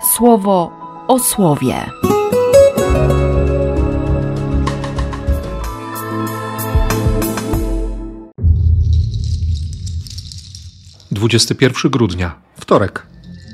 Słowo o słowie. Grudnia, wtorek.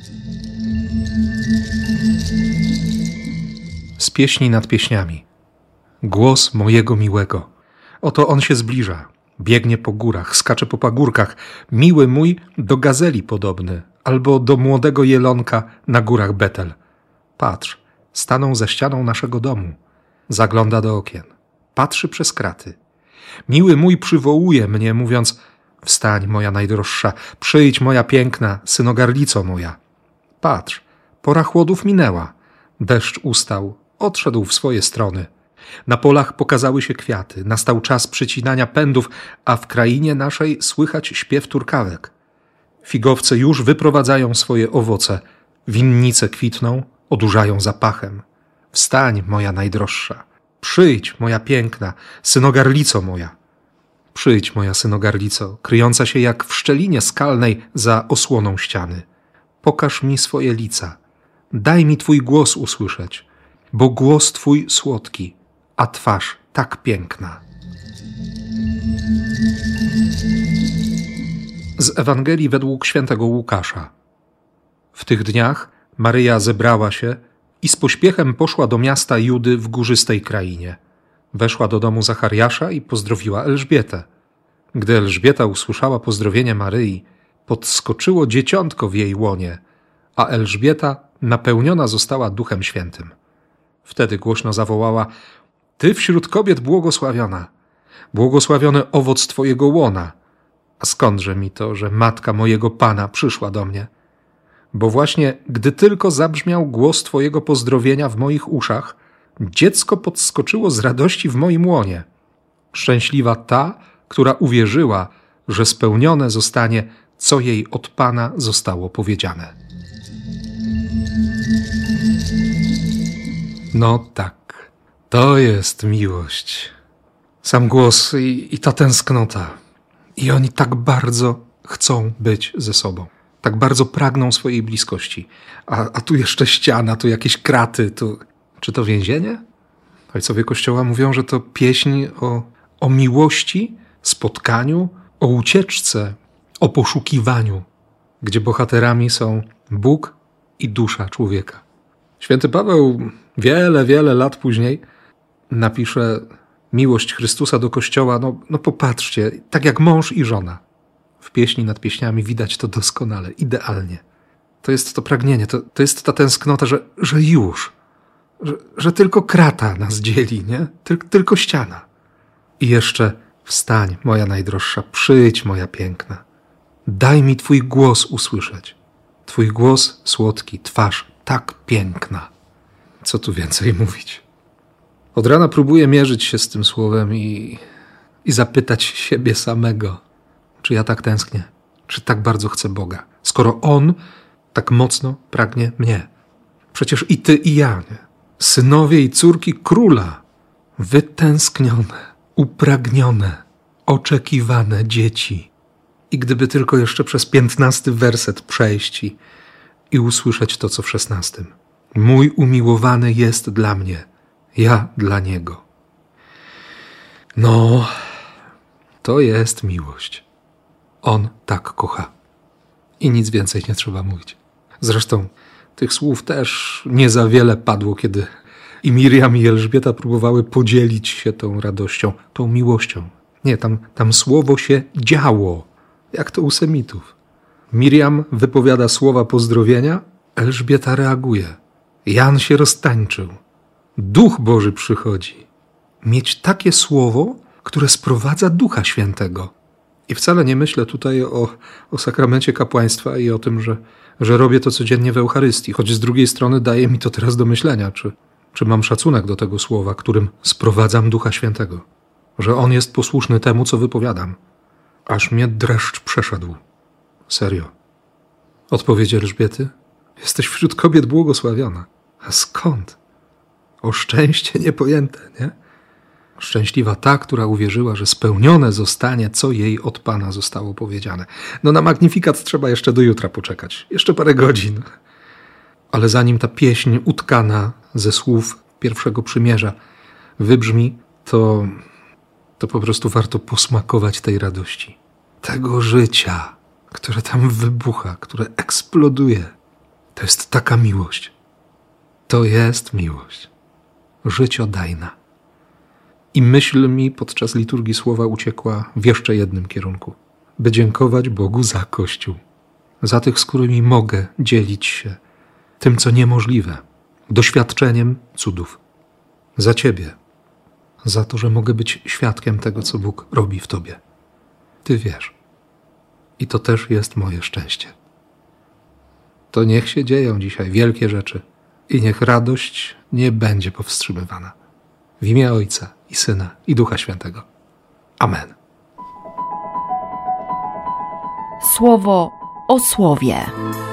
Z pieśni nad pieśniami. Głos mojego miłego. Oto on się zbliża. Biegnie po górach, skacze po pagórkach. Miły mój do gazeli podobny, albo do młodego jelonka na górach Betel. Patrz, stanął za ścianą naszego domu. Zagląda do okien. Patrzy przez kraty. Miły mój przywołuje mnie, mówiąc: wstań, moja najdroższa, przyjdź, moja piękna, synogarlico moja. Patrz, pora chłodów minęła. Deszcz ustał, odszedł w swoje strony. Na polach pokazały się kwiaty, nastał czas przycinania pędów, a w krainie naszej słychać śpiew turkawek. Figowce już wyprowadzają swoje owoce, winnice kwitną, odurzają zapachem. Wstań, moja najdroższa, przyjdź, moja piękna, synogarlico moja. Przyjdź, moja synogarlico, kryjąca się jak w szczelinie skalnej za osłoną ściany. Pokaż mi swoje lica, daj mi twój głos usłyszeć, bo głos twój słodki, a twarz tak piękna. Z Ewangelii według świętego Łukasza. W tych dniach Maryja zebrała się i z pośpiechem poszła do miasta Judy w górzystej krainie. Weszła do domu Zachariasza i pozdrowiła Elżbietę. Gdy Elżbieta usłyszała pozdrowienie Maryi, podskoczyło dzieciątko w jej łonie, a Elżbieta napełniona została Duchem Świętym. Wtedy głośno zawołała: Ty wśród kobiet błogosławiona, błogosławiony owoc twojego łona. A skądże mi to, że matka mojego Pana przyszła do mnie? Bo właśnie gdy tylko zabrzmiał głos twojego pozdrowienia w moich uszach, dziecko podskoczyło z radości w moim łonie. Szczęśliwa ta, która uwierzyła, że spełnione zostanie, co jej od Pana zostało powiedziane. No tak, to jest miłość. Sam głos i ta tęsknota. I oni tak bardzo chcą być ze sobą. Tak bardzo pragną swojej bliskości. A tu jeszcze ściana, tu jakieś kraty, tu... Czy to więzienie? Ojcowie Kościoła mówią, że to pieśń o miłości, spotkaniu, o ucieczce, o poszukiwaniu, gdzie bohaterami są Bóg i dusza człowieka. Święty Paweł wiele lat później napisze miłość Chrystusa do Kościoła, no popatrzcie, tak jak mąż i żona. W pieśni nad pieśniami widać to doskonale, idealnie. To jest to pragnienie, to jest ta tęsknota, że już, że tylko krata nas dzieli, nie? Tylko ściana. I jeszcze wstań, moja najdroższa, przyjdź, moja piękna. Daj mi twój głos usłyszeć. Twój głos słodki, twarz tak piękna. Co tu więcej mówić? Od rana próbuję mierzyć się z tym słowem i zapytać siebie samego, czy ja tak tęsknię, czy tak bardzo chcę Boga, skoro On tak mocno pragnie mnie. Przecież i ty, i ja, nie? Synowie i córki króla, wytęsknione, upragnione, oczekiwane dzieci. I gdyby tylko jeszcze przez 15 werset przejść i usłyszeć to, co w 16. Mój umiłowany jest dla mnie, ja dla Niego. No, to jest miłość. On tak kocha. I nic więcej nie trzeba mówić. Zresztą tych słów też nie za wiele padło, kiedy i Miriam i Elżbieta próbowały podzielić się tą radością, tą miłością. Nie, tam słowo się działo, jak to u Semitów. Miriam wypowiada słowa pozdrowienia, Elżbieta reaguje. Jan się roztańczył. Duch Boży przychodzi. Mieć takie słowo, które sprowadza Ducha Świętego. I wcale nie myślę tutaj o sakramencie kapłaństwa i o tym, że robię to codziennie w Eucharystii, choć z drugiej strony daje mi to teraz do myślenia, czy mam szacunek do tego słowa, którym sprowadzam Ducha Świętego, że On jest posłuszny temu, co wypowiadam. Aż mnie dreszcz przeszedł. Serio. Odpowiedź Elżbiety? Jesteś wśród kobiet błogosławiona. A skąd? O szczęście niepojęte, nie? Szczęśliwa ta, która uwierzyła, że spełnione zostanie, co jej od Pana zostało powiedziane. No na Magnifikat trzeba jeszcze do jutra poczekać. Jeszcze parę godzin. Ale zanim ta pieśń utkana ze słów pierwszego przymierza wybrzmi, to po prostu warto posmakować tej radości. Tego życia, które tam wybucha, które eksploduje. To jest taka miłość. To jest miłość. Życiodajna. I myśl mi podczas liturgii słowa uciekła w jeszcze jednym kierunku. By dziękować Bogu za Kościół. Za tych, z którymi mogę dzielić się tym, co niemożliwe. Doświadczeniem cudów. Za Ciebie. Za to, że mogę być świadkiem tego, co Bóg robi w Tobie. Ty wiesz. I to też jest moje szczęście. To niech się dzieją dzisiaj wielkie rzeczy i niech radość nie będzie powstrzymywana. W imię Ojca i Syna i Ducha Świętego. Amen. Słowo o słowie.